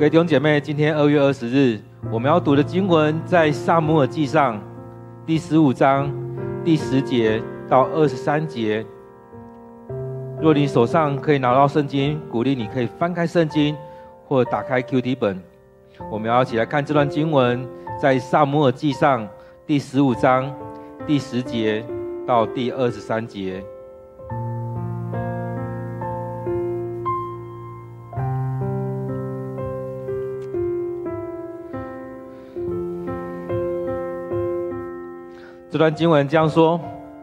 各位弟兄姐妹，今天2月20日，我们要读的经文在撒母耳记上第15章第10节到23节。若你手上可以拿到圣经，鼓励你可以翻开圣经或打开 QT 本。我们要一起来看这段经文，在撒母耳记上第15章第10节到第23节。这段经文这样说：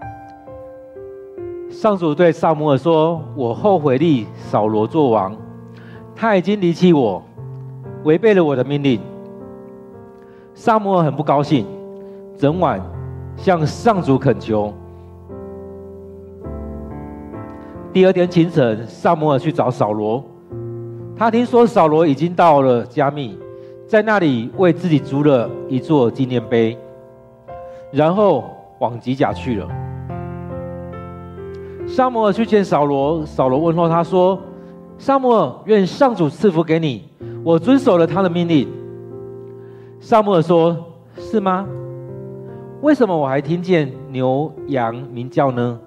上主对撒母耳说，我后悔立扫罗作王，他已经离弃我，违背了我的命令。撒母耳很不高兴，整晚向上主恳求。第二天清晨，撒母耳去找扫罗，他听说扫罗已经到了迦密，在那里为自己筑了一座纪念碑，然后往吉甲去了。撒母耳去见扫罗，扫罗问候他说：撒母耳，愿上主赐福给你，我遵守了他的命令。撒母耳说：是吗？为什么我还听见牛羊鸣叫呢？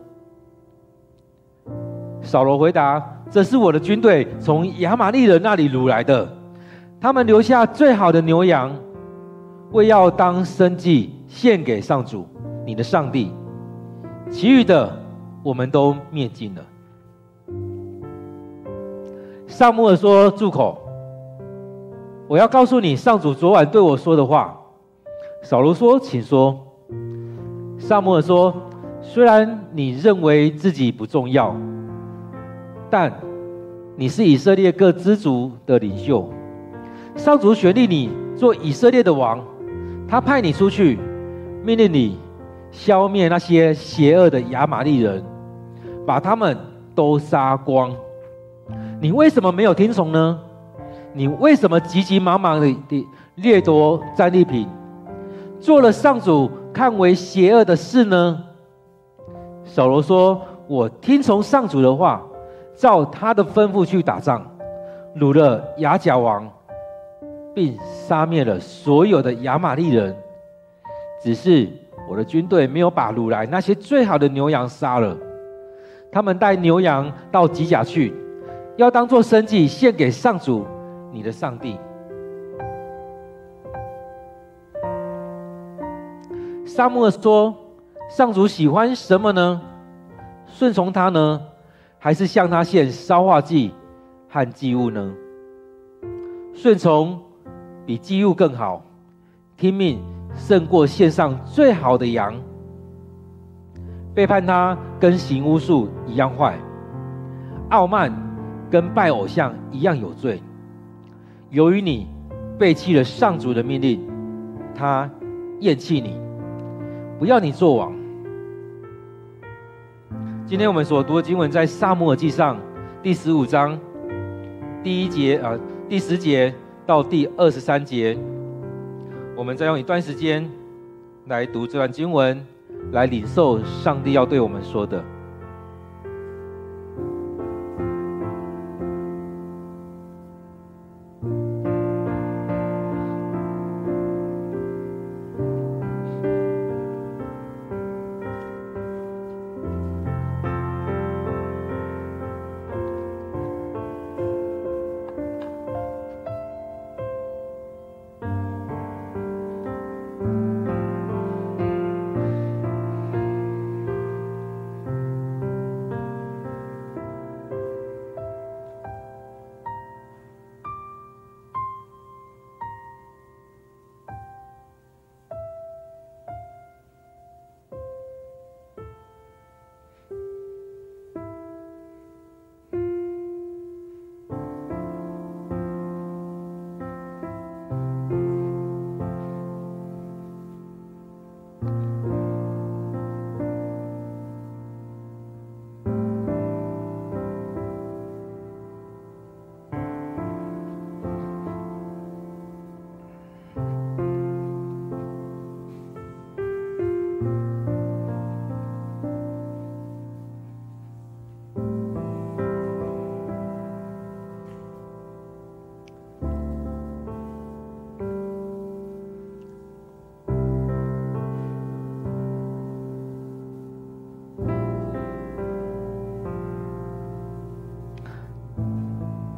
扫罗回答：这是我的军队从亚玛利人那里掳来的，他们留下最好的牛羊，为要当牲祭献给上主你的上帝，其余的我们都灭尽了。撒母耳说：住口！我要告诉你上主昨晚对我说的话。扫罗说：请说。撒母耳说：虽然你认为自己不重要，但你是以色列各支族的领袖，上主选立你做以色列的王，他派你出去，命令你消灭那些邪恶的亚玛利人，把他们都杀光。你为什么没有听从呢？你为什么急急忙忙的掠夺战利品，做了上主看为邪恶的事呢？扫罗说：我听从上主的话，照他的吩咐去打仗，掳了亚甲王，并杀灭了所有的亚玛利人。只是我的军队没有把掳来那些最好的牛羊杀了，他们带牛羊到吉甲去，要当作牲祭献给上主你的上帝。撒母耳说：上主喜欢什么呢？顺从他呢，还是向他献烧化祭和祭物呢？顺从比祭物更好，听命胜过献上最好的羊。背叛他跟行巫术一样坏，傲慢跟拜偶像一样有罪。由于你背弃了上主的命令，他厌弃你，不要你做王。今天我们所读的经文在撒母耳记上第15章第10节到第23节。我们再用一段时间来读这段经文，来领受上帝要对我们说的。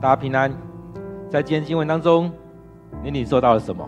大家平安。在今天经文当中，你领受到了什么？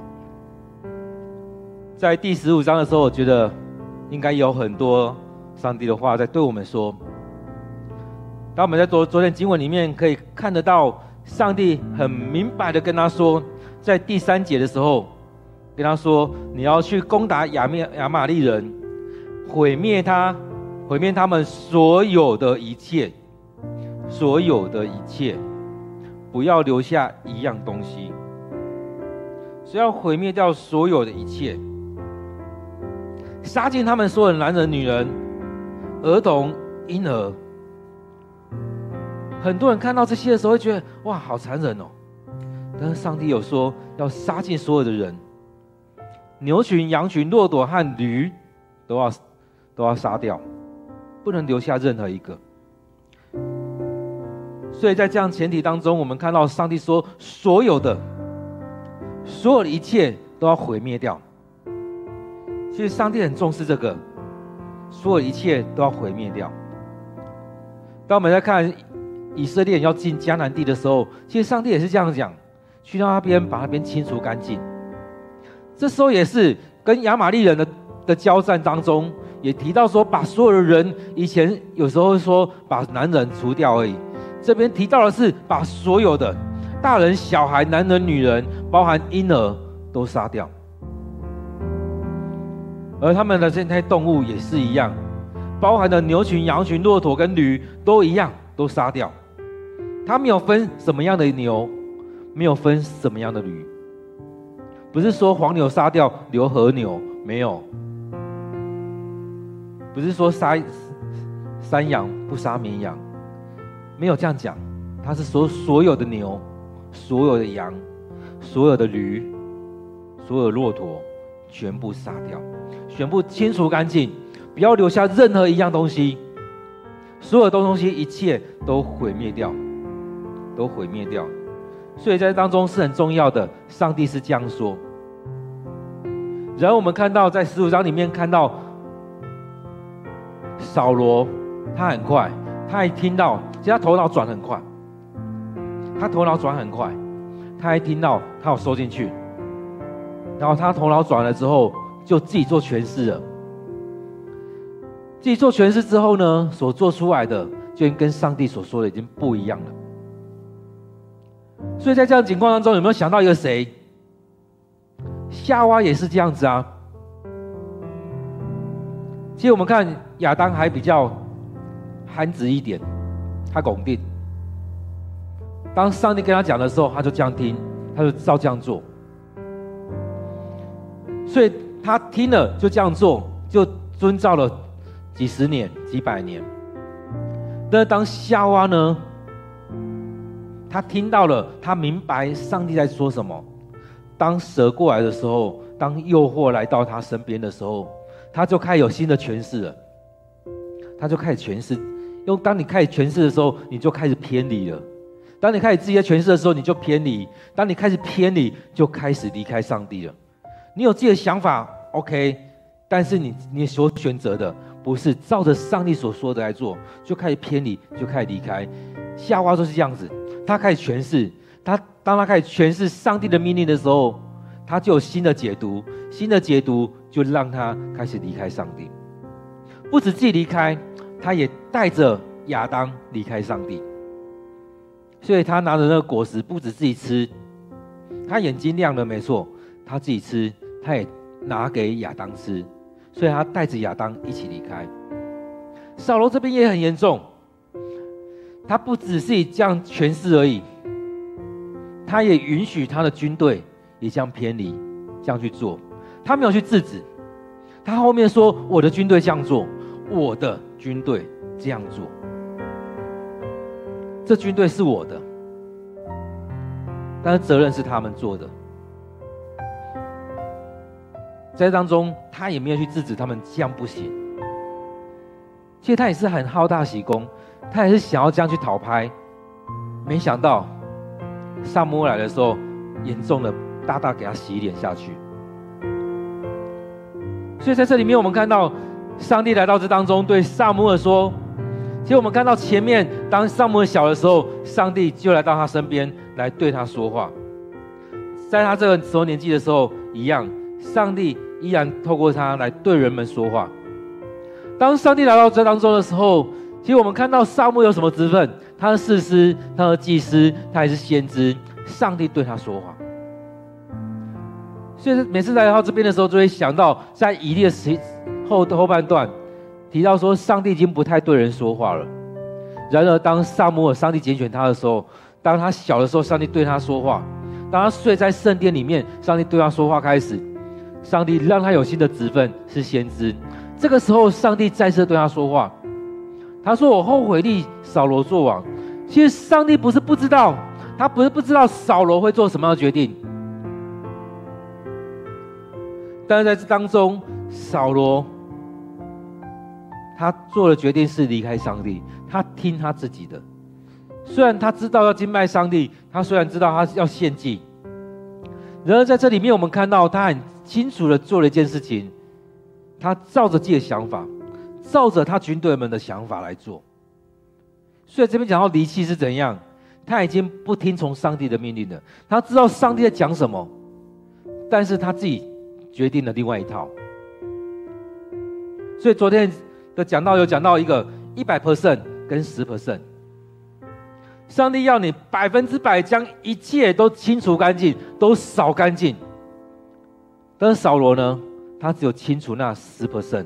在第15章的时候，我觉得应该有很多上帝的话在对我们说。当我们在昨天经文里面可以看得到，上帝很明白的跟他说，在第3节的时候跟他说，你要去攻打亚玛利人，毁灭他们所有的一切，所有的一切，不要留下一样东西。所以要毁灭掉所有的一切，杀尽他们所有的男人、女人、儿童、婴儿。很多人看到这些的时候会觉得，哇，好残忍哦。但是上帝有说要杀尽所有的人，牛群、羊群、骆驼和驴都要杀掉，不能留下任何一个。所以在这样前提当中，我们看到上帝说，所有的一切都要毁灭掉。其实上帝很重视这个，所有一切都要毁灭掉。当我们在看以色列人要进迦南地的时候，其实上帝也是这样讲，去到那边把那边清除干净。这时候也是跟亚玛利人的交战当中，也提到说，把所有的人，以前有时候说把男人除掉而已，这边提到的是把所有的大人、小孩、男人、女人，包含婴儿都杀掉。而他们的这些动物也是一样，包含的牛群、羊群、骆驼跟驴都一样，都杀掉。他没有分什么样的牛，没有分什么样的驴，不是说黄牛杀掉留和牛，没有，不是说杀山羊不杀绵羊，没有这样讲。他是说所有的牛、所有的羊、所有的驴、所有的骆驼全部杀掉，全部清除干净，不要留下任何一样东西，所有的东西一切都毁灭掉，都毁灭掉。所以在当中是很重要的，上帝是这样说。然后我们看到在15章里面看到扫罗，他很快，他一听到，其实他头脑转很快，他一听到他有收进去，然后他头脑转了之后，就自己做诠释了。自己做诠释之后呢，所做出来的就跟上帝所说的已经不一样了。所以在这样的情况当中，有没有想到一个谁？夏娃也是这样子啊。其实我们看亚当还比较憨直一点，他拱定。当上帝跟他讲的时候，他就这样听，他就照这样做。所以他听了就这样做，就遵照了几十年、几百年。但是当夏娃呢，他听到了，他明白上帝在说什么。当蛇过来的时候，当诱惑来到他身边的时候，他就开始有新的诠释了。他就开始诠释，当你开始诠释的时候，你就开始偏离了。当你开始自己的诠释的时候，你就偏离。当你开始偏离，就开始离开上帝了。你有自己的想法 ，OK， 但是你所选择的不是照着上帝所说的来做，就开始偏离，就开始离开。夏娃就是这样子，他开始诠释，当他开始诠释上帝的命令的时候，他就有新的解读，新的解读就让他开始离开上帝。不止自己离开，他也带着亚当离开上帝。所以他拿着那个果实，不止自己吃，他眼睛亮了没错，他自己吃，他也拿给亚当吃，所以他带着亚当一起离开。扫罗这边也很严重，他不只是这样诠释而已，他也允许他的军队也这样偏离，这样去做。他没有去制止，他后面说我的军队这样做，我的军队这样做，这军队是我的，但是责任是他们做的。在当中他也没有去制止他们这样不行。其实他也是很好大喜功，他也是想要这样去讨拍，没想到撒母耳来的时候，严重的大大给他洗脸下去。所以在这里面我们看到上帝来到这当中，对撒母耳说， 其实我们看到前面，当撒母耳小的时候，上帝就来到他身边，来对他说话。在他这个时候年纪的时候，一样，上帝依然透过他来对人们说话。当上帝来到这当中的时候，其实我们看到撒母耳有什么职分？他是士师，他是祭司，他也是先知。上帝对他说话，所以每次来到这边的时候，就会想到在以利的后半段提到说，上帝已经不太对人说话了。然而，当撒母耳上帝拣选他的时候，当他小的时候，上帝对他说话；当他睡在圣殿里面，上帝对他说话开始。上帝让他有新的职分，是先知。这个时候，上帝再次对他说话。他说：“我后悔立扫罗做王。”其实上帝不是不知道，他不是不知道扫罗会做什么样的决定，但是在这当中，扫罗他做的决定是离开上帝，他听他自己的。虽然他知道要敬拜上帝，他虽然知道他要献祭，然而在这里面我们看到他很清楚的做了一件事情，他照着自己的想法，照着他军队们的想法来做。所以这边讲到离弃是怎样，他已经不听从上帝的命令了。他知道上帝在讲什么，但是他自己决定了另外一套。所以昨天的讲道有讲到一个 100% 跟 10%。上帝要你100%将一切都清除干净，都扫干净。但是扫罗呢，他只有清除那 10%。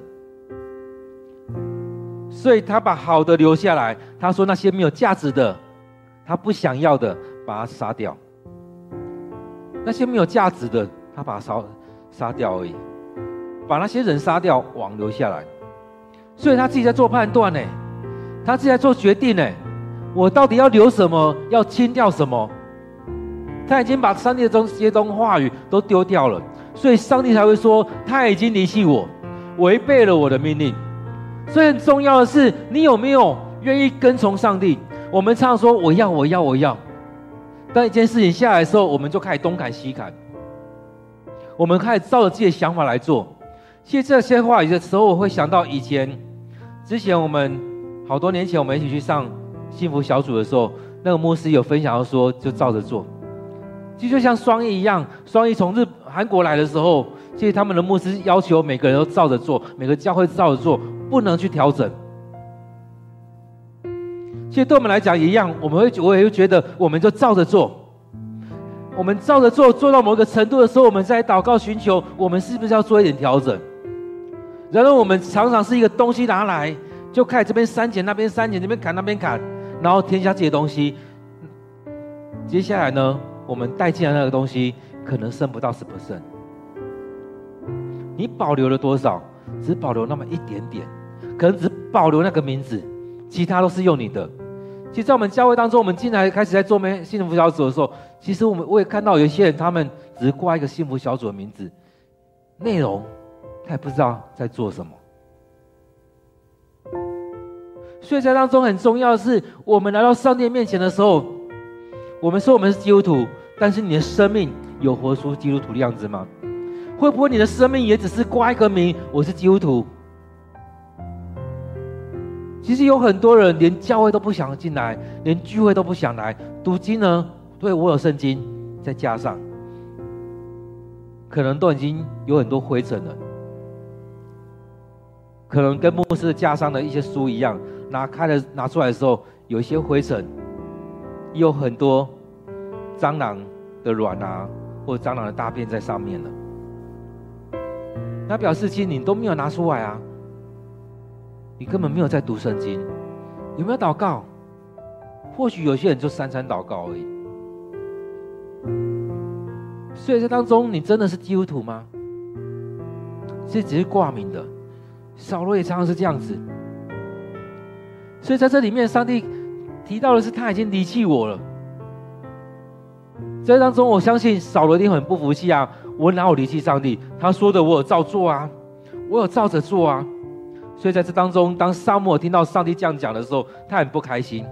所以他把好的留下来，他说那些没有价值的，他不想要的，把它杀掉。那些没有价值的，他把它杀掉而已，把那些人杀掉，王留下来。所以他自己在做判断呢，他自己在做决定呢，我到底要留什么，要清掉什么？他已经把上帝的这些话语都丢掉了，所以上帝才会说他已经离弃我，违背了我的命令。所以很重要的是，你有没有愿意跟从上帝？我们常常说我要我要我要，当一件事情下来的时候，我们就开始东砍西砍，我们开始照着自己的想法来做。其实这些话语的时候，我会想到之前我们好多年前我们一起去上幸福小组的时候，那个牧师有分享到说，就照着做。其实就像双一一样，双一从韩国来的时候，其实他们的牧师要求每个人都照着做，每个教会照着做，不能去调整。其实对我们来讲也一样，我也会觉得，我们就照着做。我们照着做，做到某个程度的时候，我们再祷告寻求，我们是不是要做一点调整？然后我们常常是一个东西拿来，就开始这边删减，那边删减，这边砍，那边砍，然后添加这些东西。接下来呢，我们带进来那个东西，可能剩不到10%。你保留了多少？只保留那么一点点，可能只保留那个名字，其他都是用你的。其实在我们教会当中，我们进来开始在做幸福小组的时候，其实我也看到有一些人，他们只是挂一个幸福小组的名字，内容他也不知道在做什么。所以在当中很重要的是，我们来到上帝面前的时候，我们说我们是基督徒，但是你的生命有活出基督徒的样子吗？会不会你的生命也只是挂一个名，我是基督徒？其实有很多人连教会都不想进来，连聚会都不想来，读经呢，对，我有圣经，再加上可能都已经有很多灰尘了，可能跟牧师架上的一些书一样，拿出来的时候有一些灰尘，也有很多蟑螂的卵啊，或者蟑螂的大便在上面了。那表示其实你都没有拿出来啊，你根本没有在读圣经。有没有祷告？或许有些人就3餐祷告而已。所以在当中，你真的是基督徒吗？这只是挂名的。扫罗也常常是这样子。所以在这里面，上帝提到的是他已经离弃我了。在当中，我相信扫罗一定很不服气啊！我哪有离弃上帝？他说的我有照做啊，我有照着做啊。所以在这当中，当撒母耳听到上帝这样讲的时候，他很不开心。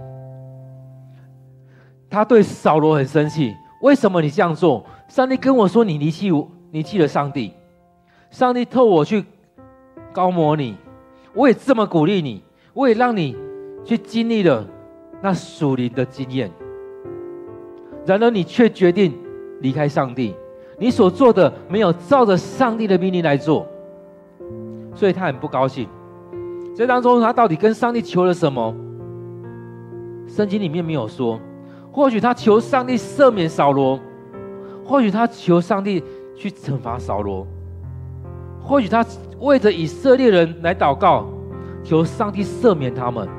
他对扫罗很生气，为什么你这样做？上帝跟我说你离弃了上帝，上帝透我去高摩你，我也这么鼓励你，我也让你去经历了那属灵的经验，然而你却决定离开上帝，你所做的没有照着上帝的命令来做，所以他很不高兴。这当中他到底跟上帝求了什么？圣经里面没有说。或许他求上帝赦免扫罗，或许他求上帝去惩罚扫罗，或许他为着以色列人来祷告，求上帝赦免他们，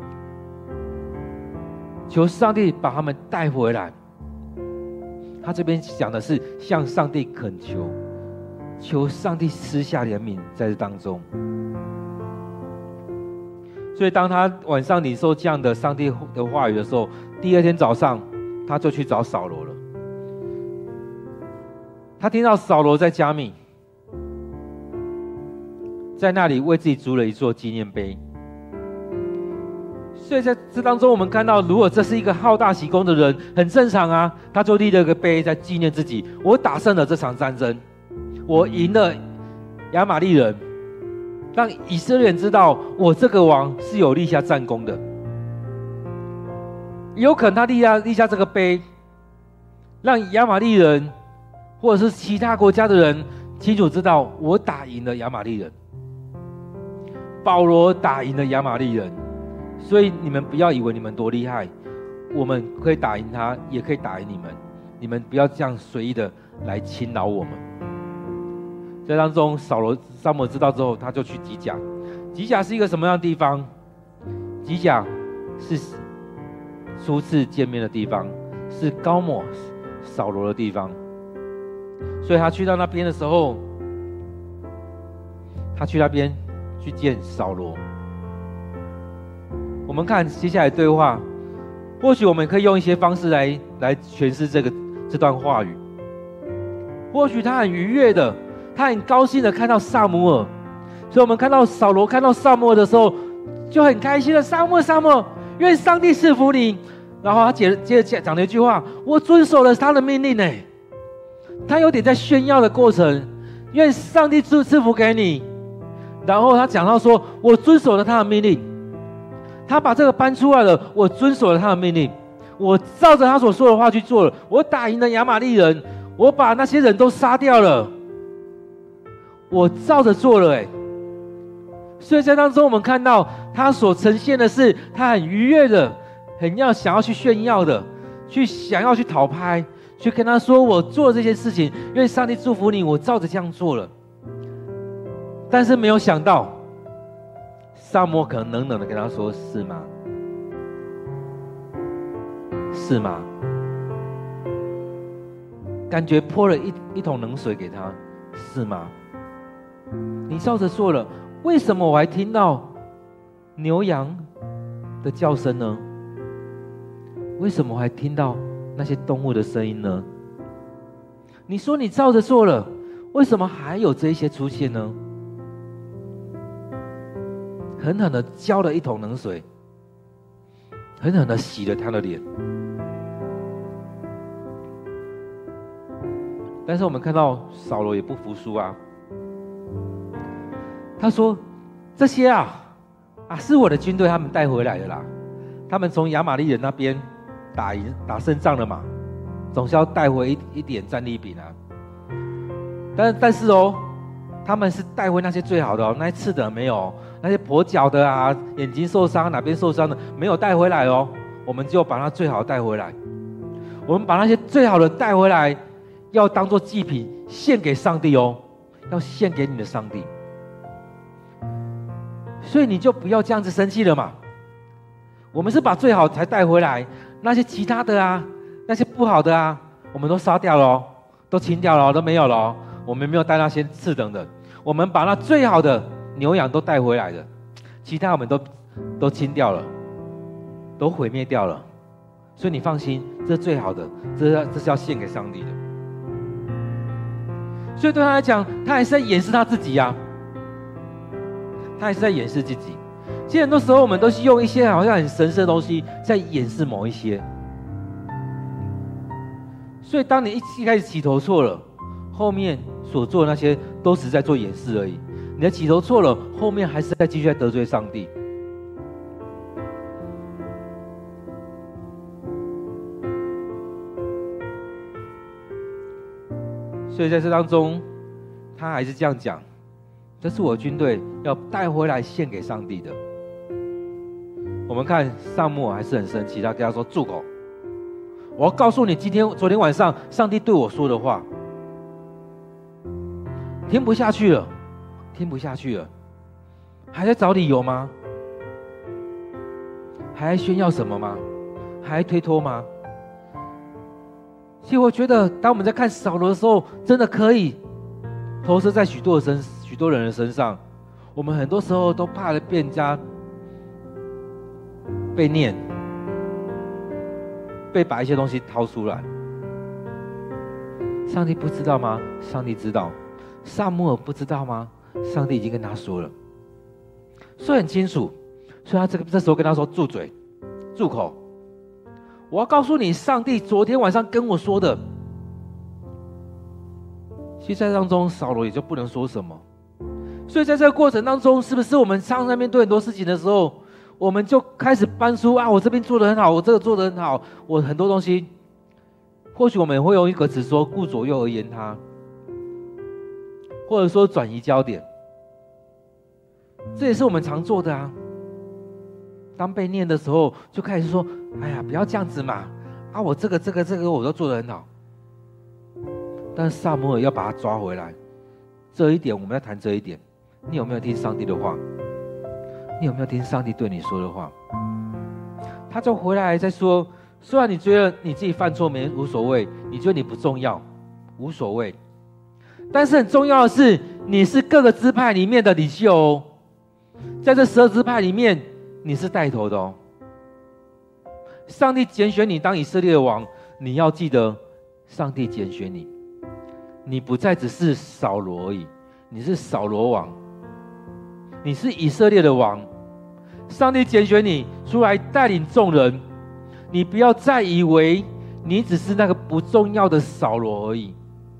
求上帝把他们带回来。他这边讲的是向上帝恳求，求上帝施下怜悯在这当中。所以当他晚上领受这样的上帝的话语的时候，第二天早上他就去找扫罗了。他听到扫罗在加密，在那里为自己筑了一座纪念碑。所以在这当中我们看到，如果这是一个好大喜功的人，很正常啊，他就立了个碑在纪念自己，我打胜了这场战争，我赢了亚玛力人，让以色列人知道我这个王是有立下战功的。有可能他立下这个碑，让亚玛力人或者是其他国家的人清楚知道我打赢了亚玛力人，保罗打赢了亚玛力人。所以你们不要以为你们多厉害，我们可以打赢他，也可以打赢你们，你们不要这样随意的来侵扰我们。在当中撒母耳知道之后，他就去吉甲。吉甲是一个什么样的地方？吉甲是初次见面的地方，是膏抹扫罗的地方。所以他去到那边的时候，他去那边去见扫罗。我们看接下来对话，或许我们可以用一些方式来诠释这段话语。或许他很愉悦的，他很高兴的看到撒母耳，所以我们看到扫罗看到撒母耳的时候就很开心的，撒母耳，愿上帝赐福你。然后他接着讲了一句话，我遵守了他的命令。他有点在炫耀的过程，愿上帝赐福给你。然后他讲到说，我遵守了他的命令，他把这个搬出来了，我遵守了他的命令，我照着他所说的话去做了，我打赢了亚玛力人，我把那些人都杀掉了，我照着做了。所以在当中我们看到他所呈现的是他很愉悦的，想要去炫耀的，想要去讨拍，去跟他说我做这些事情，愿上帝祝福你，我照着这样做了。但是没有想到撒母耳可能冷冷的跟他说，是吗？是吗？感觉泼了一桶冷水给他，是吗？你照着做了，为什么我还听到牛羊的叫声呢？为什么我还听到那些动物的声音呢？你说你照着做了，为什么还有这些出现呢？狠狠的浇了一桶冷水，狠狠的洗了他的脸。但是我们看到扫罗也不服输啊，他说这些是我的军队他们带回来的啦，他们从亚玛力人那边打胜仗了嘛，总是要带回一点战利品啊。但是他们是带回那些最好的那些刺的没有，那些跛脚的眼睛受伤哪边受伤的没有带回来我们就把那最好带回来，我们把那些最好的带回来，要当作祭品献给上帝要献给你的上帝。所以你就不要这样子生气了嘛，我们是把最好才带回来，那些其他的那些不好的我们都杀掉了都清掉了都没有了我们没有带那些次等的，我们把那最好的牛羊都带回来的，其他我们都清掉了，都毁灭掉了。所以你放心，这是最好的，这是要献给上帝的。所以对他来讲，他还是在掩饰他自己他还是在掩饰自己。其实很多时候我们都是用一些好像很神圣的东西在掩饰某一些。所以当你一开始起头错了，后面所做的那些都只是在做掩饰而已。你的起头错了，后面还是在继续在得罪上帝。 所以在这当中，他还是这样讲：这是我军队要带回来献给上帝的。我们看撒母耳还是很生气，他跟他说：住口！我要告诉你，昨天晚上上帝对我说的话。听不下去了，听不下去了，还在找理由吗？还在炫耀什么吗？还在推脱吗？其实我觉得，当我们在看扫罗的时候，真的可以投射在许多人的身上。我们很多时候都怕被人家被念，被把一些东西掏出来。上帝不知道吗？上帝知道。撒母耳不知道吗？上帝已经跟他说了，说很清楚，所以他这时候跟他说：住嘴，住口！我要告诉你，上帝昨天晚上跟我说的。其实在当中，扫罗也就不能说什么。所以在这个过程当中，是不是我们常常在面对很多事情的时候，我们就开始搬出我这边做得很好，我这个做得很好，我很多东西，或许我们会用一个词说顾左右而言他。或者说转移焦点，这也是我们常做的啊。当被念的时候，就开始说：哎呀，不要这样子嘛！我这个我都做得很好。但是撒母耳要把他抓回来，这一点我们要谈这一点。你有没有听上帝的话？你有没有听上帝对你说的话？他就回来再说：虽然你觉得你自己犯错无所谓，你觉得你不重要，无所谓。但是很重要的是，你是各个支派里面的领袖哦，在这12支派里面，你是带头的哦。上帝拣选你当以色列的王，你要记得，上帝拣选你，你不再只是扫罗而已，你是扫罗王，你是以色列的王。上帝拣选你出来带领众人，你不要再以为你只是那个不重要的扫罗而已。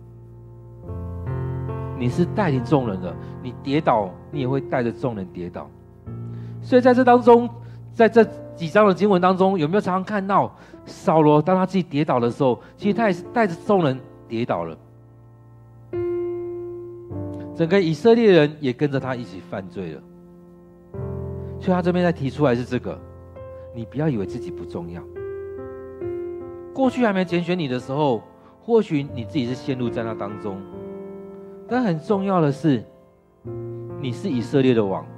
你是带领众人的，你跌倒，你也会带着众人跌倒。所以在这当中，在这几章的经文当中，有没有常常看到扫罗当他自己跌倒的时候，其实他也是带着众人跌倒了，整个以色列人也跟着他一起犯罪了。所以他这边在提出来是这个，你不要以为自己不重要。过去还没拣选你的时候，或许你自己是陷入在那当中。但很重要的是，你是以色列的王。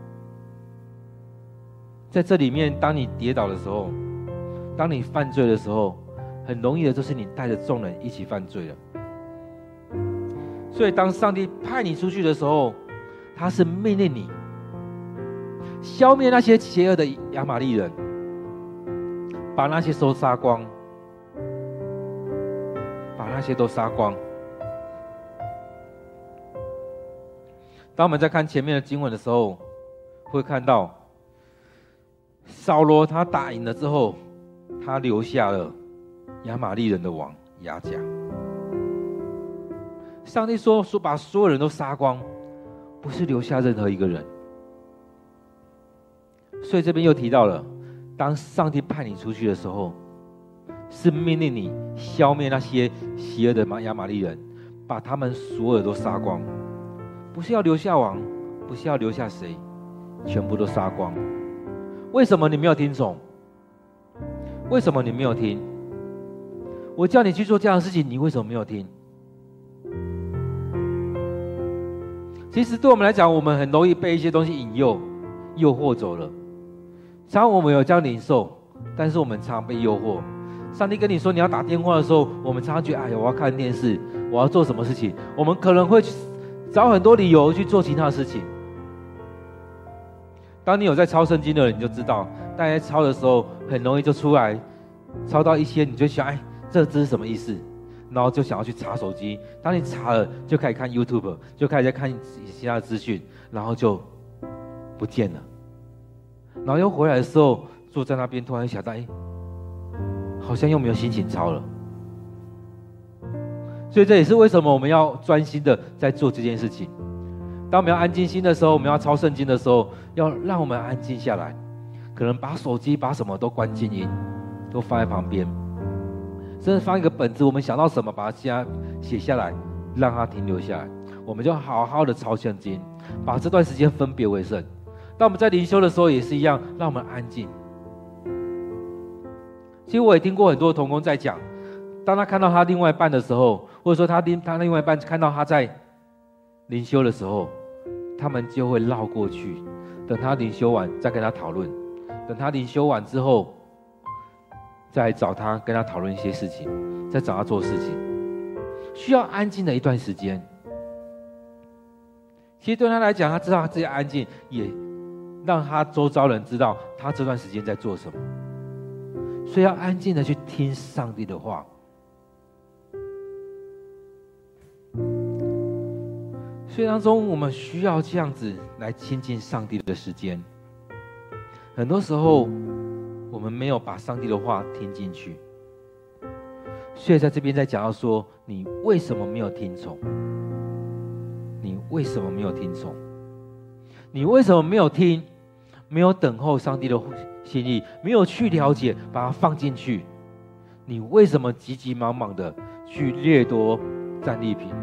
在这里面，当你跌倒的时候，当你犯罪的时候，很容易的就是你带着众人一起犯罪了。所以当上帝派你出去的时候，他是命令你消灭那些邪恶的亚玛力人，把那些都杀光，把那些都杀光。当我们在看前面的经文的时候，会看到扫罗他打赢了之后，他留下了亚玛力人的王亚甲。上帝说把所有人都杀光，不是留下任何一个人。所以这边又提到了，当上帝派你出去的时候，是命令你消灭那些邪恶的亚玛力人，把他们所有都杀光。不是要留下王，不是要留下谁，全部都杀光。为什么你没有听从？为什么你没有听？我叫你去做这样的事情，你为什么没有听？其实对我们来讲，我们很容易被一些东西引诱惑走了。常常我们有这样领受，但是我们常常被诱惑。上帝跟你说你要打电话的时候，我们常常觉得，哎呀，我要看电视，我要做什么事情，我们可能会找很多理由去做其他的事情。当你有在抄圣经的人，你就知道，大家抄的时候很容易就出来，抄到一些你就想，哎，这是什么意思？然后就想要去查手机。当你查了，就开始看 YouTube， 就开始在看其他的资讯，然后就不见了。然后又回来的时候，坐在那边突然想到，哎，好像又没有心情抄了。所以这也是为什么我们要专心的在做这件事情。当我们要安静心的时候，我们要抄圣经的时候，要让我们安静下来，可能把手机把什么都关静音，都放在旁边，甚至放一个本子，我们想到什么把它写下来， 让它停留下来。我们就好好的抄圣经，把这段时间分别为圣。当我们在灵修的时候也是一样，让我们安静。其实我也听过很多同工在讲，当他看到他另外一半的时候，或者说他另外一半看到他在灵修的时候，他们就会绕过去，等他灵修完再跟他讨论，等他灵修完之后再找他跟他讨论一些事情，再找他做事情，需要安静的一段时间。其实对他来讲，他知道他自己安静，也让他周遭人知道他这段时间在做什么，所以要安静的去听上帝的话。所以当中我们需要这样子来亲近上帝的时间。很多时候我们没有把上帝的话听进去，所以在这边在讲到说，你为什么没有听从？你为什么没有听从？你为什么没有听？没有等候上帝的心意，没有去了解，把它放进去。你为什么急急忙忙的去掠夺战利品，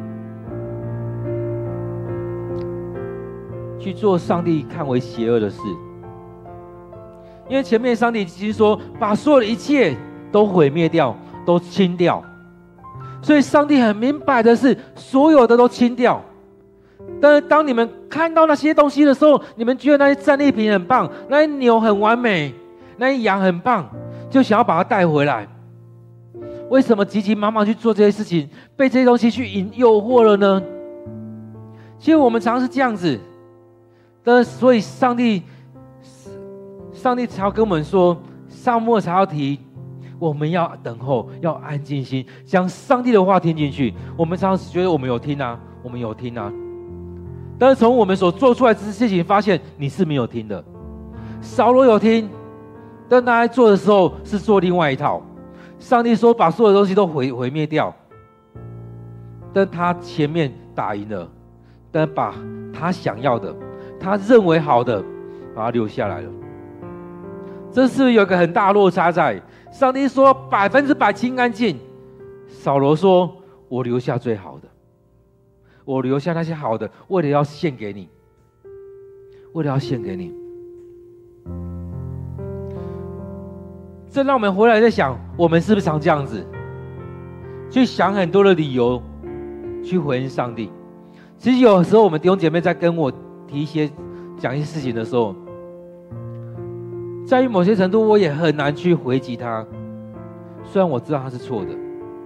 去做上帝看为邪恶的事？因为前面上帝已经说，把所有的一切都毁灭掉，都清掉。所以上帝很明白的是，所有的都清掉。但是当你们看到那些东西的时候，你们觉得那些战利品很棒，那些牛很完美，那些羊很棒，就想要把它带回来。为什么急急忙忙去做这些事情，被这些东西去诱惑了呢？其实我们常常是这样子，但是所以上帝才要跟我们说，撒母耳才要提，我们要等候，要安静心，将上帝的话听进去。我们常常觉得我们有听啊，我们有听啊，但是从我们所做出来的事情发现，你是没有听的。扫罗有听，但他在做的时候是做另外一套。上帝说把所有的东西都毁灭掉，但他前面打赢了，但把他想要的，他认为好的，把他留下来了。这是有一个很大落差在。上帝说100%清干净，扫罗说我留下最好的，我留下那些好的，为了要献给你，为了要献给你。这让我们回来在想，我们是不是常这样子，去想很多的理由去回应上帝？其实有时候我们弟兄姐妹在跟我讲一些事情的时候，在于某些程度我也很难去回击他，虽然我知道他是错的。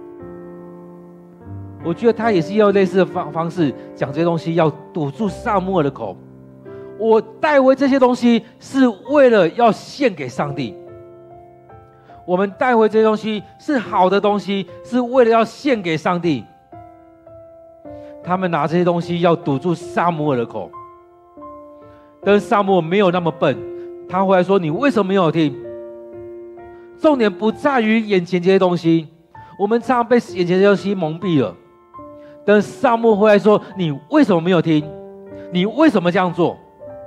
我觉得他也是要类似的方式讲这些东西，要堵住撒母耳的口。我带回这些东西是为了要献给上帝，我们带回这些东西是好的东西，是为了要献给上帝。他们拿这些东西要堵住撒母耳的口，但是撒母耳没有那么笨，他回来说，你为什么没有听？重点不在于眼前这些东西，我们常常被眼前这些东西蒙蔽了。但是撒母耳回来说，你为什么没有听？你为什么这样做？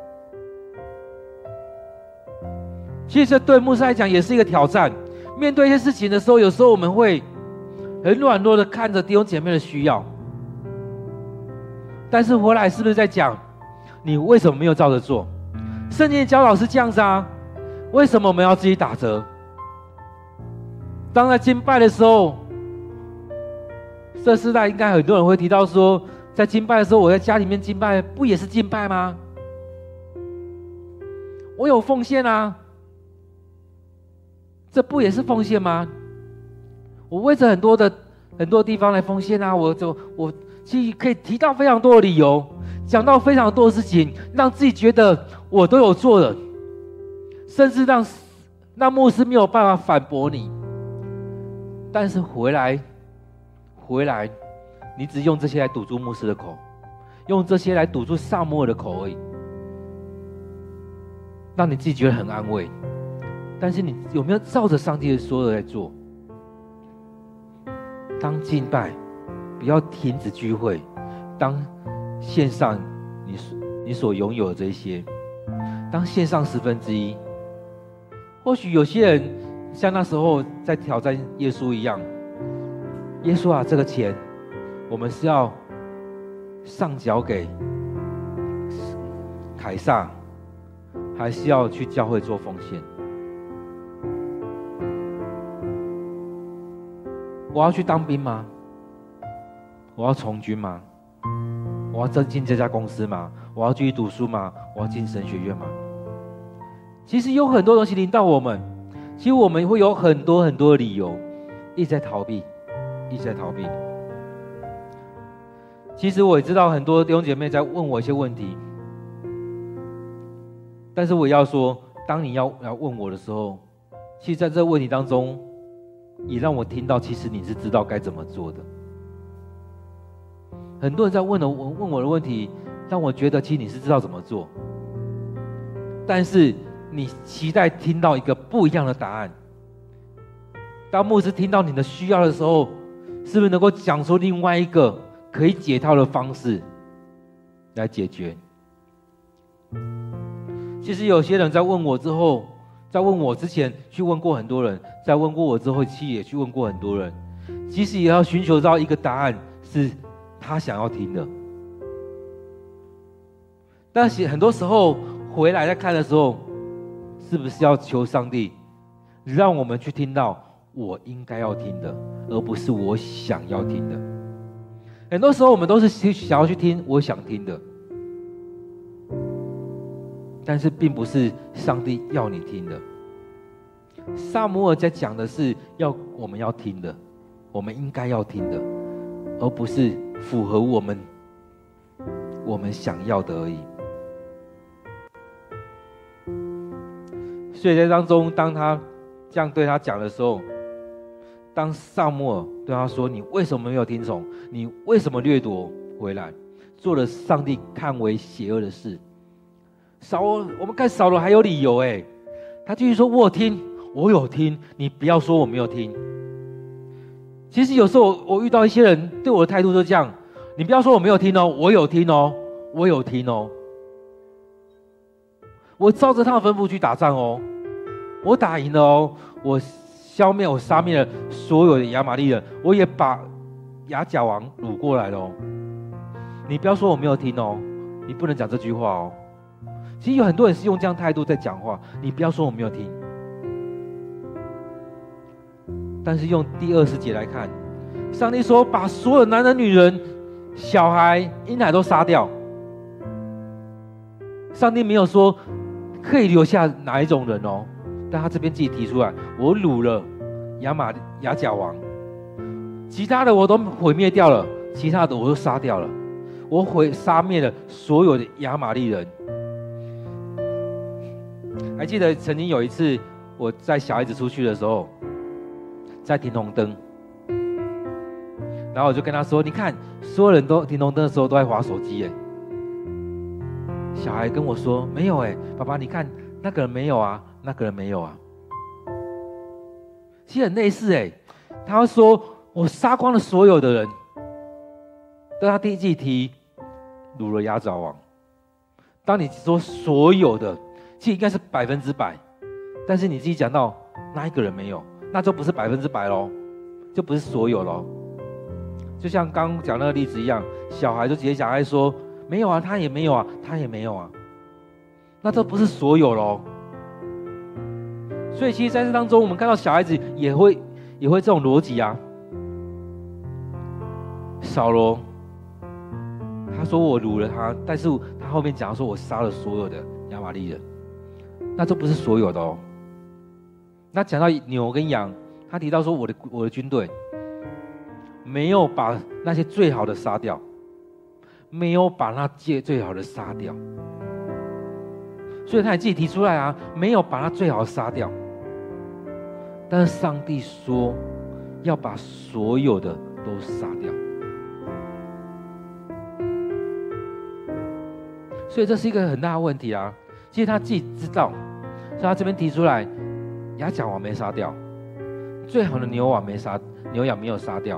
其实这对牧师来讲也是一个挑战。面对一些事情的时候，有时候我们会很软弱的看着弟兄姐妹的需要，但是回来是不是在讲，你为什么没有照着做？圣经的教导是这样子啊，为什么我们要自己打折？当在敬拜的时候，这世代应该很多人会提到说，在敬拜的时候，我在家里面敬拜，不也是敬拜吗？我有奉献啊，这不也是奉献吗？我为着很多地方来奉献啊，我其实可以提到非常多的理由，讲到非常多的事情，让自己觉得我都有做了，甚至让牧师没有办法反驳你。但是回来，你只用这些来堵住牧师的口，用这些来堵住撒母耳的口而已，让你自己觉得很安慰。但是你有没有照着上帝的说的来做？当敬拜，不要停止聚会，当献上你所拥有的这些，当献上1/10。或许有些人像那时候在挑战耶稣一样，耶稣啊，这个钱我们是要上缴给凯撒，还是要去教会做奉献？我要去当兵吗？我要从军吗？我要进这家公司吗？我要继续读书吗？我要进神学院吗？其实有很多东西临到我们，其实我们会有很多很多的理由，一直在逃避，一直在逃避。其实我也知道很多弟兄姐妹在问我一些问题，但是我也要说，当你要问我的时候，其实在这个问题当中，也让我听到，其实你是知道该怎么做的。很多人在问我的问题，让我觉得其实你是知道怎么做，但是你期待听到一个不一样的答案。当牧师听到你的需要的时候，是不是能够讲出另外一个可以解套的方式来解决？其实有些人在问我之后，在问我之前去问过很多人，在问过我之后，其实也去问过很多人，其实也要寻求到一个答案，是他想要听的。但是很多时候回来再看的时候，是不是要求上帝让我们去听到我应该要听的，而不是我想要听的？很多时候我们都是想要去听我想听的，但是并不是上帝要你听的。撒母耳在讲的是我们要听的，我们应该要听的，而不是符合我们想要的而已。所以在当中，当他这样对他讲的时候，当撒母耳对他说：“你为什么没有听从？你为什么掠夺回来，做了上帝看为邪恶的事？”我们看扫罗还有理由哎，他继续说：“我有听，你不要说我没有听。”其实有时候我遇到一些人对我的态度就这样，你不要说我没有听哦，我有听哦，我有听哦，我照着他的吩咐去打仗哦，我打赢了哦，我杀灭了所有的亚玛力人，我也把亚甲王掳过来了哦。你不要说我没有听哦，你不能讲这句话哦。其实有很多人是用这样态度在讲话，你不要说我没有听。但是用第20节来看，上帝说把所有男人、女人、小孩、婴孩都杀掉。上帝没有说可以留下哪一种人哦，但他这边自己提出来，我掳了亚甲王，其他的我都毁灭掉了，其他的我都杀掉了，我杀灭了所有的亚玛力人。还记得曾经有一次我带小孩子出去的时候，在停红灯，然后我就跟他说：“你看，所有人都停红灯的时候都在滑手机。”小孩跟我说：“没有爸爸，你看那个人没有啊，那个人没有啊。”其实很类似他说我杀光了所有的人，但他自己提掳了亚甲王。当你说所有的，其实应该是100%，但是你自己讲到那一个人没有，那就不是100%咯，就不是所有咯。就像刚刚讲那个例子一样，小孩就直接讲说没有啊，他也没有啊，他也没有啊，那这不是所有咯。所以其实在这当中，我们看到小孩子也会这种逻辑啊。扫罗他说我掳了他，但是他后面讲说我杀了所有的亚玛力人，那这不是所有的哦。那讲到牛跟羊，他提到说我的军队没有把那些最好的杀掉，没有把那最好的杀掉，所以他也自己提出来啊，没有把那最好的杀掉。但是上帝说要把所有的都杀掉，所以这是一个很大的问题啊。其实他自己知道，所以他这边提出来，亚甲王没杀掉，最好的牛羊没有杀掉，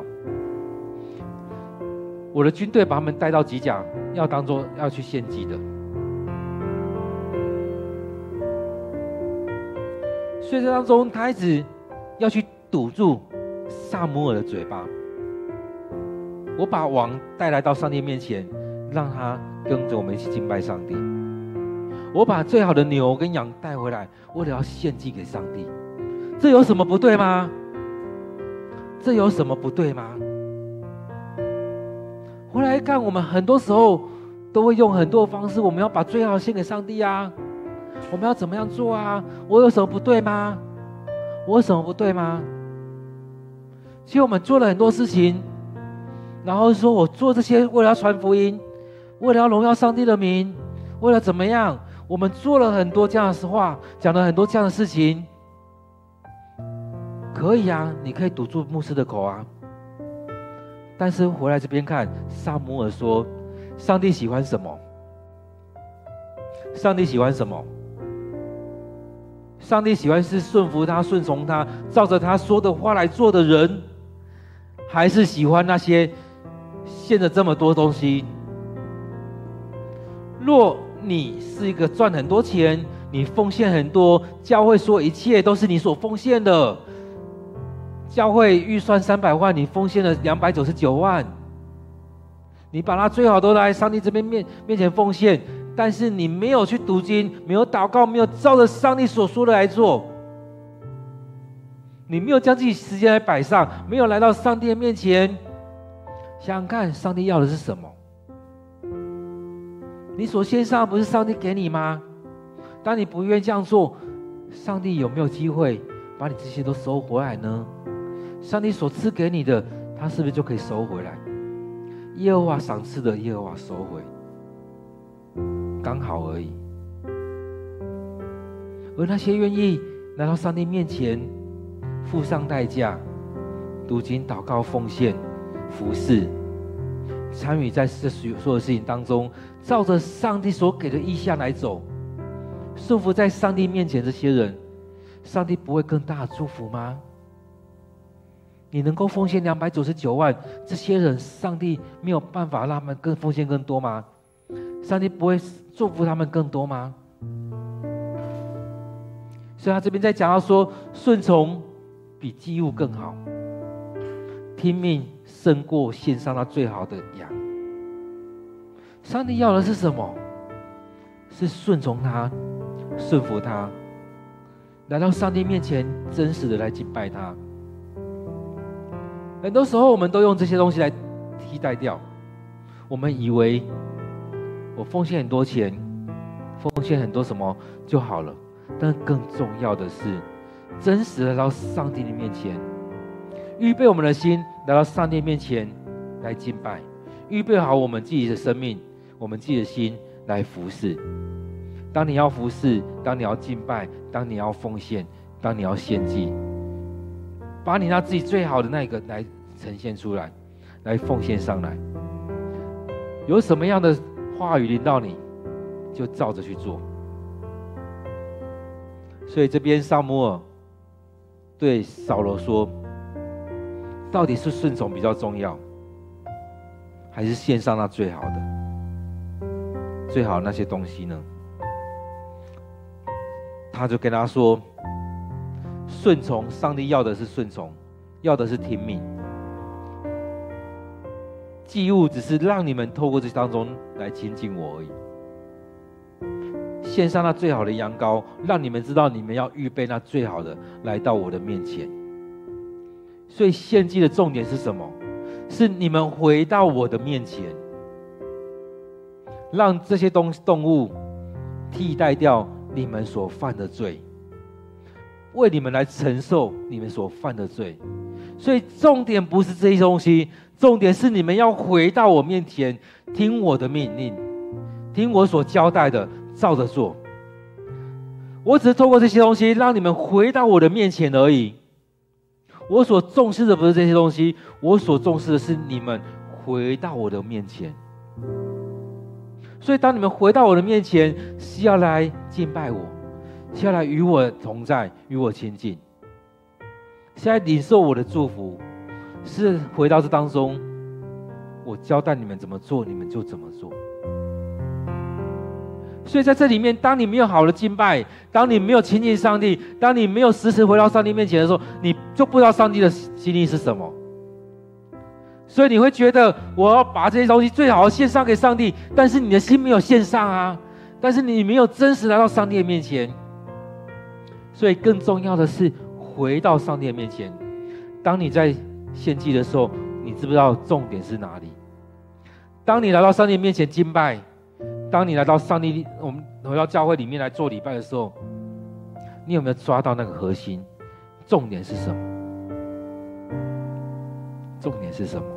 我的军队把他们带到吉甲，要去献祭的。所以这当中，他一直要去堵住撒母耳的嘴巴。我把王带来到上帝面前， 让他跟着我们一起敬拜上帝。我把最好的牛跟羊带回来，为了要献祭给上帝，这有什么不对吗？这有什么不对吗？回来看，我们很多时候都会用很多方式，我们要把最好献给上帝啊，我们要怎么样做啊？我有什么不对吗？我有什么不对吗？其实我们做了很多事情，然后说我做这些为了要传福音，为了要荣耀上帝的名，为了怎么样？我们做了很多这样的话，讲了很多这样的事情，可以啊，你可以堵住牧师的口啊。但是回来这边看，撒母耳说，上帝喜欢什么？上帝喜欢什么？上帝喜欢是顺服他、顺从他、照着他说的话来做的人，还是喜欢那些献了这么多东西？若你是一个赚很多钱，你奉献很多，教会说一切都是你所奉献的，教会预算300万，你奉献了299万，你把它最好都来上帝这边面前奉献，但是你没有去读经，没有祷告，没有照着上帝所说的来做，你没有将自己时间来摆上，没有来到上帝的面前，想想看，上帝要的是什么？你所献上不是上帝给你吗？当你不愿意这样做，上帝有没有机会把你这些都收回来呢？上帝所赐给你的，他是不是就可以收回来？耶和华赏赐的，耶和华收回，刚好而已。而那些愿意来到上帝面前，付上代价，读经、祷告、奉献、服侍，参与在这所有事情当中，照着上帝所给的意向来走，顺服在上帝面前，这些人，上帝不会更大的祝福吗？你能够奉献299万，这些人，上帝没有办法让他们更奉献更多吗？上帝不会祝福他们更多吗？所以他这边在讲到说，顺从比祭物更好，听命胜过献上他最好的羊。上帝要的是什么？是顺从他，顺服他，来到上帝面前，真实的来敬拜他。很多时候我们都用这些东西来替代掉，我们以为我奉献很多钱，奉献很多什么就好了，但更重要的是真实的来到上帝的面前，预备我们的心来到上帝面前来敬拜，预备好我们自己的生命，我们自己的心来服侍。当你要服侍，当你要敬拜，当你要奉献，当你要献祭，把你那自己最好的那一个来呈现出来，来奉献上来。有什么样的话语临到你，就照着去做。所以这边撒母耳对扫罗说，到底是顺从比较重要，还是献上那最好的最好的那些东西呢？他就跟他说，顺从，上帝要的是顺从，要的是听命。祭物只是让你们透过这当中来亲近我而已。献上那最好的羊羔，让你们知道你们要预备那最好的来到我的面前。所以献祭的重点是什么？是你们回到我的面前，让这些动物替代掉你们所犯的罪，为你们来承受你们所犯的罪。所以重点不是这些东西，重点是你们要回到我面前，听我的命令，听我所交代的，照着做。我只是透过这些东西让你们回到我的面前而已。我所重视的不是这些东西，我所重视的是你们回到我的面前。所以当你们回到我的面前，是要来敬拜我，是要来与我同在，与我亲近，是来领受我的祝福，是回到这当中，我交代你们怎么做，你们就怎么做。所以在这里面，当你没有好的敬拜，当你没有亲近上帝，当你没有时时回到上帝面前的时候，你就不知道上帝的心意是什么。 所以你会觉得我要把这些东西最好献上给上帝，但是你的心没有献上啊，但是你没有真实来到上帝的面前。所以更重要的是回到上帝的面前。当你在献祭的时候，你知不知道重点是哪里？当你来到上帝面前敬拜，当你来到我们回到教会里面来做礼拜的时候，你有没有抓到那个核心？重点是什么？重点是什么？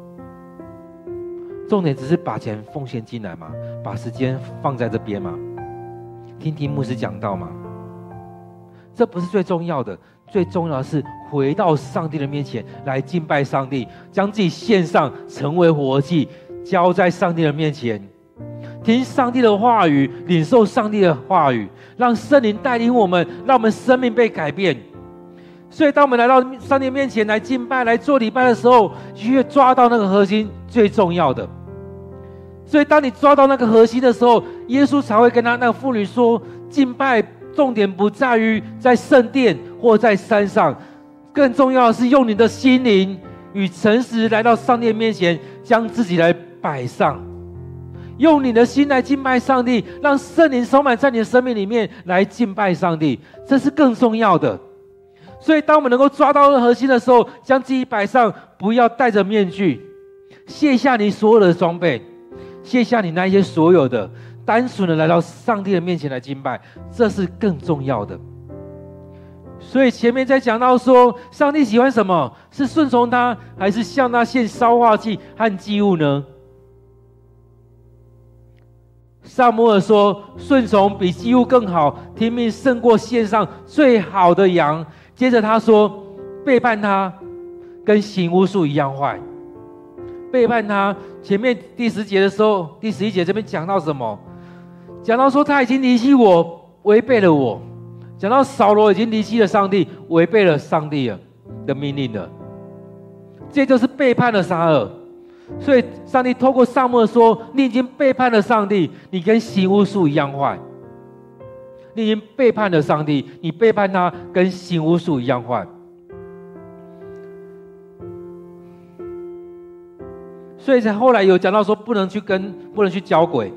重点只是把钱奉献进来吗？把时间放在这边吗？听听牧师讲道吗？这不是最重要的，最重要的是回到上帝的面前来敬拜上帝，将自己献上，成为活祭，交在上帝的面前，听上帝的话语，领受上帝的话语，让圣灵带领我们，让我们生命被改变。所以当我们来到上帝面前来敬拜，来做礼拜的时候，越抓到那个核心最重要的。所以当你抓到那个核心的时候，耶稣才会跟那个妇女说，敬拜重点不在于在圣殿或在山上，更重要的是用你的心灵与诚实来到上帝面前，将自己来摆上，用你的心来敬拜上帝，让圣灵充满在你的生命里面来敬拜上帝，这是更重要的。所以当我们能够抓到核心的时候，将自己摆上，不要戴着面具，卸下你所有的装备，卸下你那些所有的，单纯的来到上帝的面前来敬拜，这是更重要的。所以前面在讲到说，上帝喜欢什么？是顺从他，还是向他献烧化祭和祭物呢？撒母耳说，顺从比祭物更好，听命胜过献上最好的羊。接着他说，背叛他跟行巫术一样坏。背叛他，前面第10节的时候，第11节这边讲到什么？讲到说他已经离弃我，违背了我。讲到扫罗已经离弃了上帝，违背了上帝的命令了，这就是背叛了撒耳。所以上帝透过撒母耳说，你已经背叛了上帝，你跟行巫术一样坏。你已经背叛了上帝，你背叛他，跟行巫术一样坏。所以才后来有讲到说，不能去交鬼。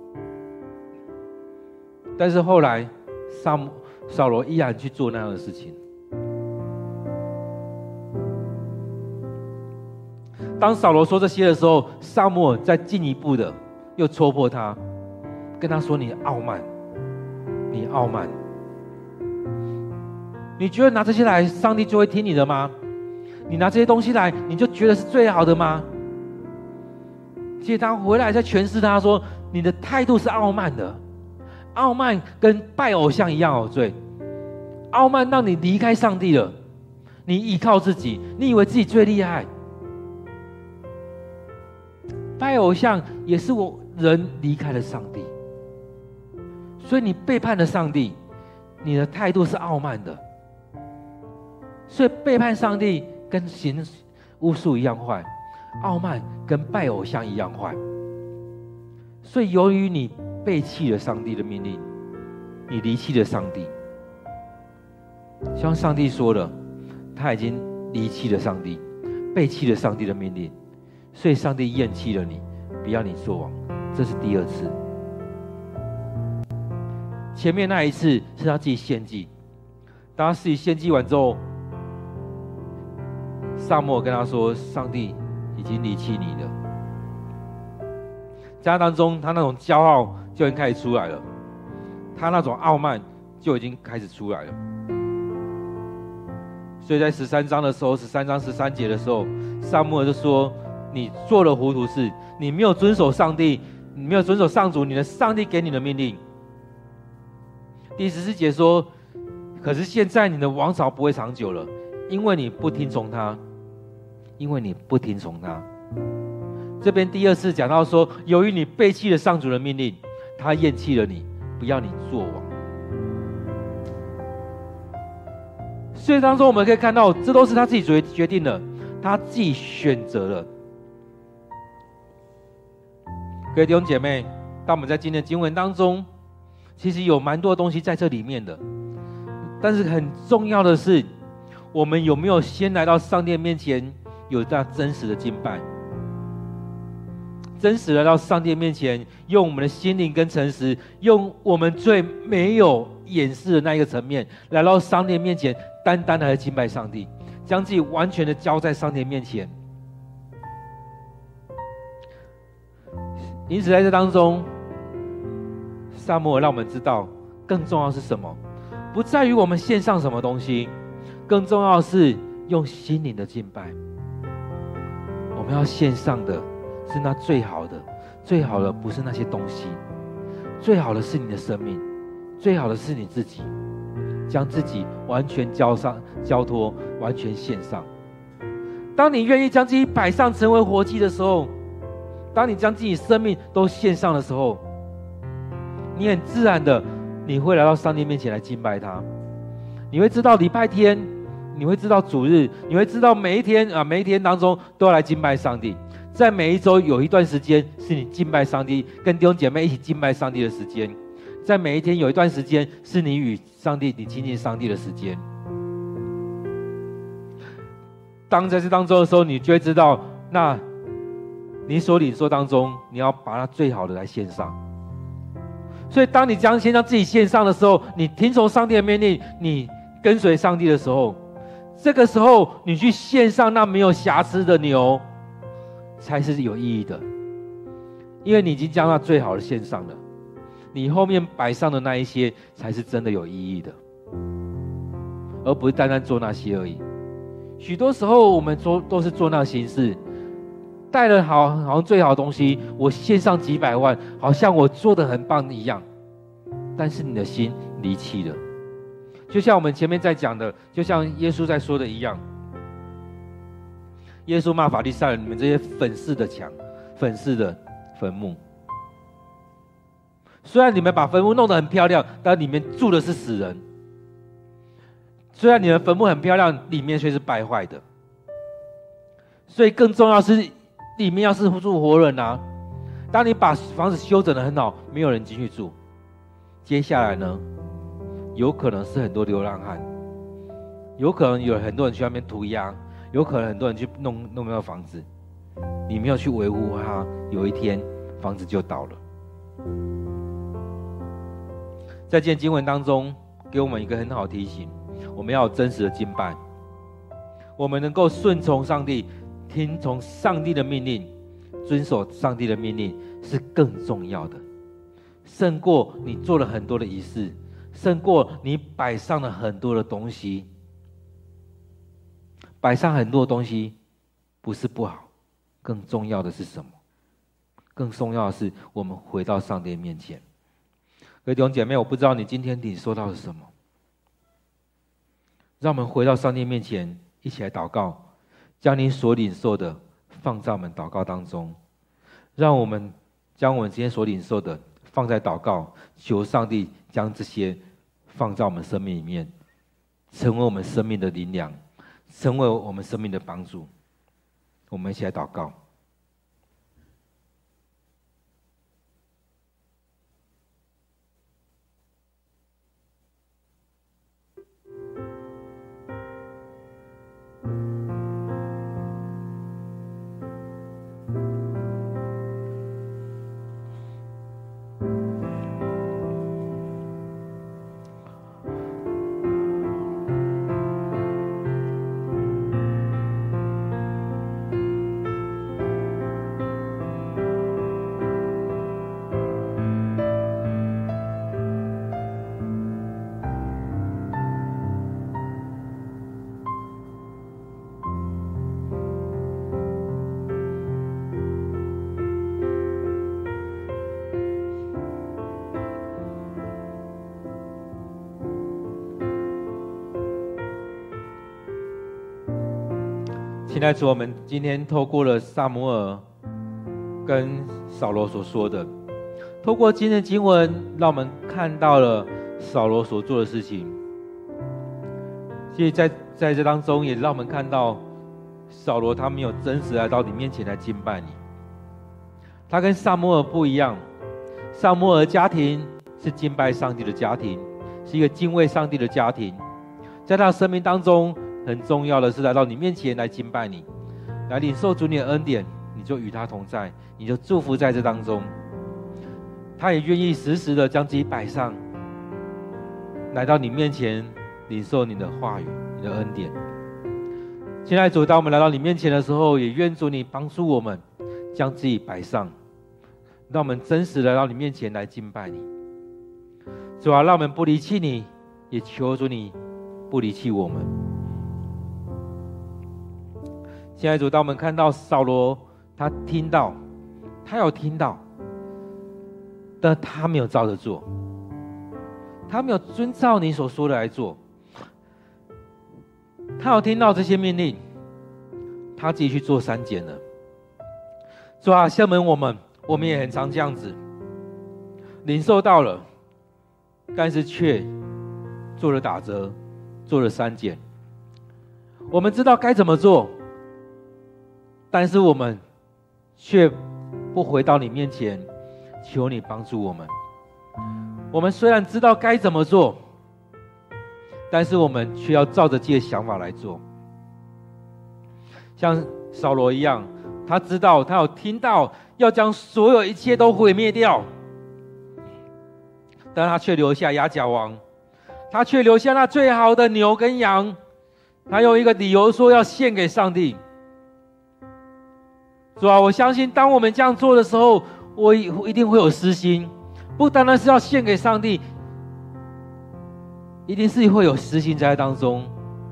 但是后来扫罗依然去做那样的事情。当扫罗说这些的时候，撒母耳再进一步的又戳破他，跟他说：“你傲慢，你傲慢，你觉得拿这些来，上帝就会听你的吗？你拿这些东西来，你就觉得是最好的吗？”其实他回来再诠释他说：“你的态度是傲慢的，傲慢跟拜偶像一样有罪。傲慢让你离开上帝了，你依靠自己，你以为自己最厉害。拜偶像也是人离开了上帝，所以你背叛了上帝，你的态度是傲慢的。所以背叛上帝跟行巫术一样坏，傲慢跟拜偶像一样坏。所以由于你背弃了上帝的命令，你离弃了上帝，像上帝说了，他已经离弃了上帝，背弃了上帝的命令，所以上帝厌弃了你，不要你做王。这是第2次。前面那一次是他自己献祭，当他自己献祭完之后，撒母耳跟他说，上帝已经离弃你了。在他当中，他那种骄傲就已经开始出来了，他那种傲慢就已经开始出来了。所以在13章的时候，13章13节的时候，撒母耳就说：“你做了糊涂事，你没有遵守上帝，你没有遵守上主你的上帝给你的命令。”第14节说：“可是现在你的王朝不会长久了，因为你不听从他，因为你不听从他。”这边第2次讲到说，由于你背弃了上主的命令，他厌弃了你，不要你做王。所以当中我们可以看到，这都是他自己决定的，他自己选择了。各位弟兄姐妹，当我们在今天的经文当中，其实有蛮多东西在这里面的，但是很重要的是，我们有没有先来到上帝面前，有那真实的敬拜？ 真实来到上帝面前，用我们的心灵跟诚实，用我们最没有掩饰的那一个层面，来到上帝面前，单单的来敬拜上帝，将自己完全的交在上帝面前。因此在这当中，撒母耳让我们知道，更重要的是什么？不在于我们献上什么东西，更重要的是用心灵的敬拜。我们要献上的是那最好的，最好的不是那些东西，最好的是你的生命，最好的是你自己，将自己完全交托，完全献上。当你愿意将自己摆上成为活祭的时候，当你将自己生命都献上的时候，你很自然的，你会来到上帝面前来敬拜他。你会知道礼拜天，你会知道主日，你会知道每一天当中都要来敬拜上帝。在每一周有一段时间是你敬拜上帝，跟弟兄姐妹一起敬拜上帝的时间。在每一天有一段时间是你与上帝、你亲近上帝的时间。当在这当中的时候，你就会知道，那你所领受当中，你要把它最好的来献上。所以当你先将自己献上的时候，你听从上帝的命令，你跟随上帝的时候，这个时候你去献上那没有瑕疵的牛，才是有意义的。因为你已经将那最好的献上了，你后面摆上的那一些才是真的有意义的，而不是单单做那些而已。许多时候我们都是做那形式，带了好像最好的东西，我献上几百万，好像我做得很棒一样，但是你的心离弃了。就像我们前面在讲的，就像耶稣在说的一样，耶稣骂法利赛人，你们这些粉饰的墙，粉饰的坟墓。虽然你们把坟墓弄得很漂亮，但里面住的是死人。虽然你的坟墓很漂亮，里面却是败坏的。所以更重要的是，里面要是住活人啊。当你把房子修整得很好，没有人进去住，接下来呢，有可能是很多流浪汉，有可能有很多人去那边涂鸦，有可能很多人去弄那个房子，你没有去维护它，有一天房子就倒了。在这经文当中，给我们一个很好的提醒，我们要有真实的敬拜，我们能够顺从上帝，听从上帝的命令，遵守上帝的命令是更重要的，胜过你做了很多的仪式，胜过你摆上了很多的东西。摆上很多东西不是不好，更重要的是什么？更重要的是我们回到上帝面前。各位弟兄姐妹，我不知道你今天领受到了什么，让我们回到上帝面前，一起来祷告，将你所领受的放在我们祷告当中，让我们将我们今天所领受的放在祷告，求上帝将这些放在我们生命里面，成为我们生命的灵粮，成为我们生命的帮助。我们一起来祷告。亲爱的主，我们今天透过了撒母耳跟扫罗所说的，透过今天的经文，让我们看到了扫罗所做的事情。其实在这当中，也让我们看到扫罗他没有真实来到你面前来敬拜你。他跟撒母耳不一样，撒母耳的家庭是敬拜上帝的家庭，是一个敬畏上帝的家庭。在他的生命当中，很重要的是来到你面前来敬拜你，来领受主你的恩典，你你就与他同在，你就祝福在这当中。他也愿意时时的将自己摆上，来到你面前，领受你的话语，你的恩典。亲爱的主，当我们来到你面前的时候，也愿主你帮助我们，将自己摆上，让我们真实的来到你面前来敬拜你。主啊，让我们不离弃你，也求主你不离弃我们。亲爱的主，当我们看到扫罗，他有听到，但他没有照着做，他没有遵照你所说的来做。他有听到这些命令，他自己去做删减了。主啊，像我们也很常这样子，领受到了，但是却做了打折，做了删减。我们知道该怎么做，但是我们却不回到你面前，求你帮助我们。我们虽然知道该怎么做，但是我们却要照着自己的想法来做。像扫罗一样，他知道，他有听到要将所有一切都毁灭掉，但他却留下亚甲王，他却留下那最好的牛跟羊，他用一个理由说要献给上帝。主啊，我相信当我们这样做的时候，我一定会有私心，不单单是要献给上帝，一定是会有私心在当中。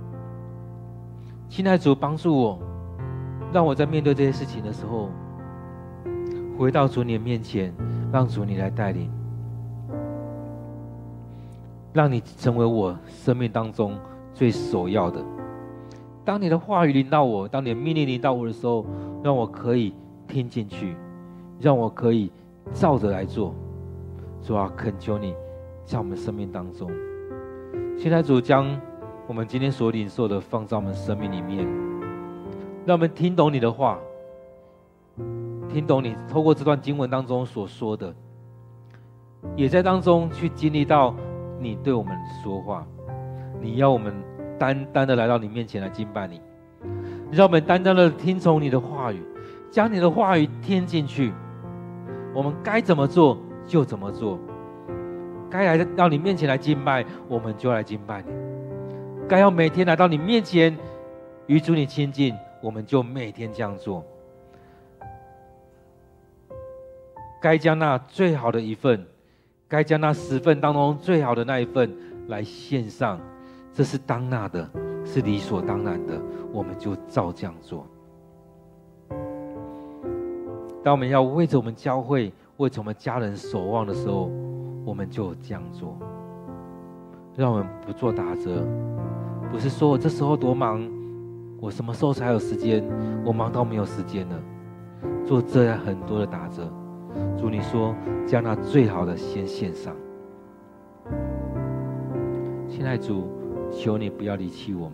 亲爱的主，帮助我，让我在面对这些事情的时候，回到主你的面前，让主你来带领，让你成为我生命当中最首要的。当你的话语临到我，当你的命令临到我的时候，让我可以听进去，让我可以照着来做。主啊，恳求你在我们生命当中，现在主将我们今天所领受的放在我们生命里面，让我们听懂你的话，听懂你透过这段经文当中所说的，也在当中去经历到你对我们说话。你要我们单单的来到你面前来敬拜你，让我们单单的听从你的话语，将你的话语听进去。我们该怎么做就怎么做，该来到你面前来敬拜，我们就来敬拜你。该要每天来到你面前与主你亲近，我们就每天这样做。该将那最好的一份，该将那10份当中最好的那一份来献上，这是当纳的，是理所当然的，我们就照这样做。当我们要为着我们教会，为着我们家人守望的时候，我们就这样做。让我们不做打折，不是说我这时候多忙，我什么时候才有时间，我忙到没有时间了，做这样很多的打折。主你说将那最好的先献上。亲爱的主，求你不要离弃我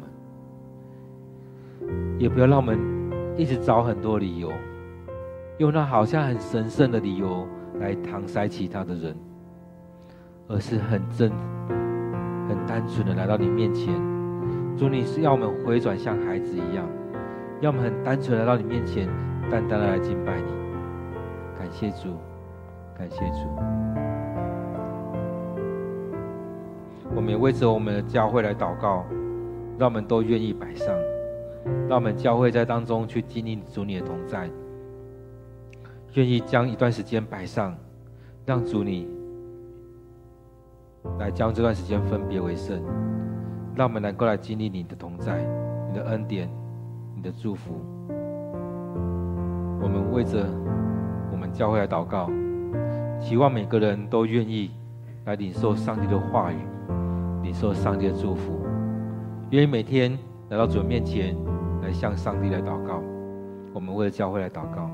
们，也不要让我们一直找很多理由，用那好像很神圣的理由来搪塞其他的人，而是很单纯的来到你面前。主你是要我们回转像孩子一样，要我们很单纯来到你面前，单单的来敬拜你。感谢主，感谢主。我们也为着我们的教会来祷告，让我们都愿意摆上，让我们教会在当中去经历主你的同在，愿意将一段时间摆上，让主你来将这段时间分别为圣，让我们能够来经历你的同在，你的恩典，你的祝福。我们为着我们教会来祷告，希望每个人都愿意来领受上帝的话语，领受上帝的祝福，愿意每天来到主面前来向上帝来祷告。我们为了教会来祷告。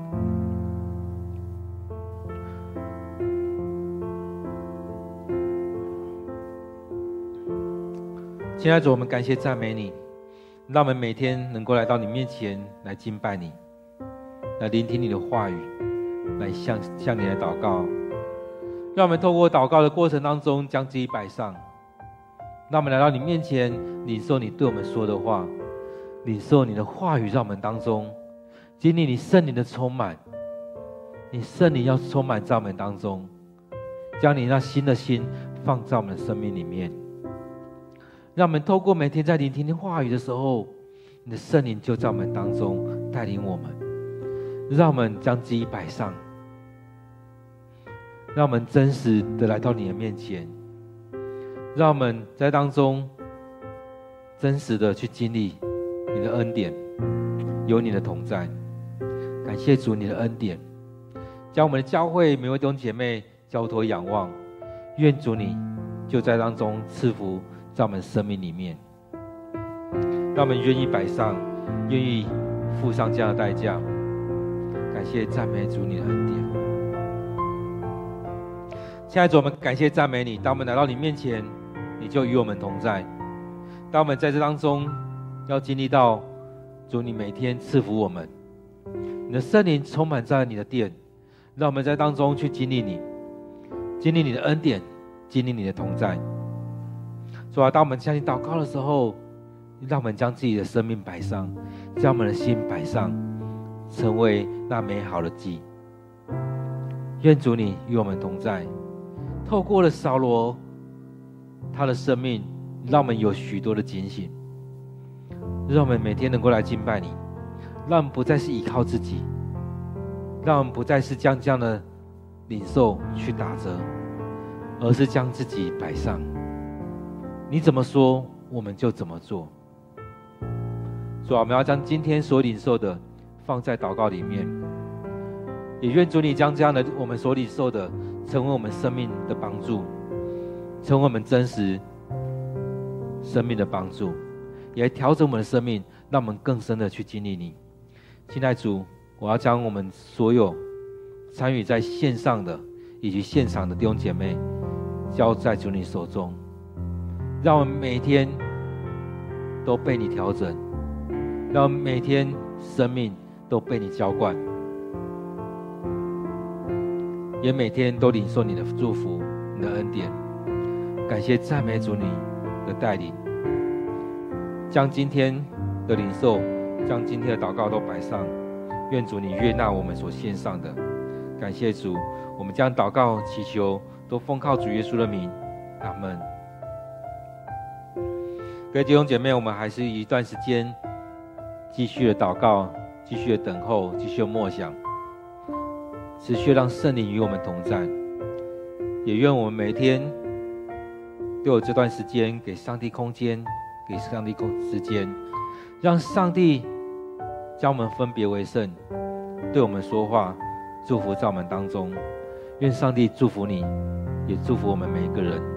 亲爱的主，我们感谢赞美你，让我们每天能够来到你面前来敬拜你，来聆听你的话语，来向你来祷告。让我们透过祷告的过程当中将自己摆上，让我们来到你面前，领受你对我们说的话，领受你的话语，让我们当中经历你圣灵的充满，你圣灵要充满在我们当中，将你那新的心放在我们的生命里面，让我们透过每天在聆听你话语的时候，你的圣灵就在我们当中带领我们，让我们将自己摆上，让我们真实的来到你的面前，让我们在当中真实的去经历你的恩典，有你的同在。感谢主你的恩典，将我们的教会每位弟兄姐妹交托仰望，愿主你就在当中赐福在我们生命里面，让我们愿意摆上，愿意付上这样的代价。感谢赞美主你的恩典。亲爱的主，我们感谢赞美你，当我们来到你面前，你就与我们同在。当我们在这当中要经历到主你每天赐福我们，你的圣灵充满在你的殿，让我们在当中去经历你，经历你的恩典，经历你的同在。主啊，当我们向你祷告的时候，让我们将自己的生命摆上，将我们的心摆上，成为那美好的祭。愿主你与我们同在，透过了扫罗他的生命，让我们有许多的警醒，让我们每天能够来敬拜你，让我们不再是依靠自己，让我们不再是将这样的领受去打折，而是将自己摆上。你怎么说我们就怎么做。主啊，我们要将今天所领受的放在祷告里面，也愿主你将这样的我们所领受的成为我们生命的帮助，成为我们真实生命的帮助，也调整我们的生命，让我们更深的去经历你。亲爱的主，我要将我们所有参与在线上的以及现场的弟兄姐妹交在主你手中，让我们每天都被你调整，让我们每天生命都被你浇灌，也每天都领受你的祝福，你的恩典。感谢赞美主你的带领，将今天的领受，将今天的祷告都摆上，愿主你悦纳我们所献上的。感谢主，我们将祷告祈求都奉靠主耶稣的名，阿们。各位弟兄姐妹，我们还是一段时间继续的祷告，继续的等候，继续的默想，持续让圣灵与我们同在。也愿我们每天都有这段时间给上帝空间，给上帝时间，让上帝将我们分别为圣，对我们说话，祝福在我们当中。愿上帝祝福你，也祝福我们每一个人。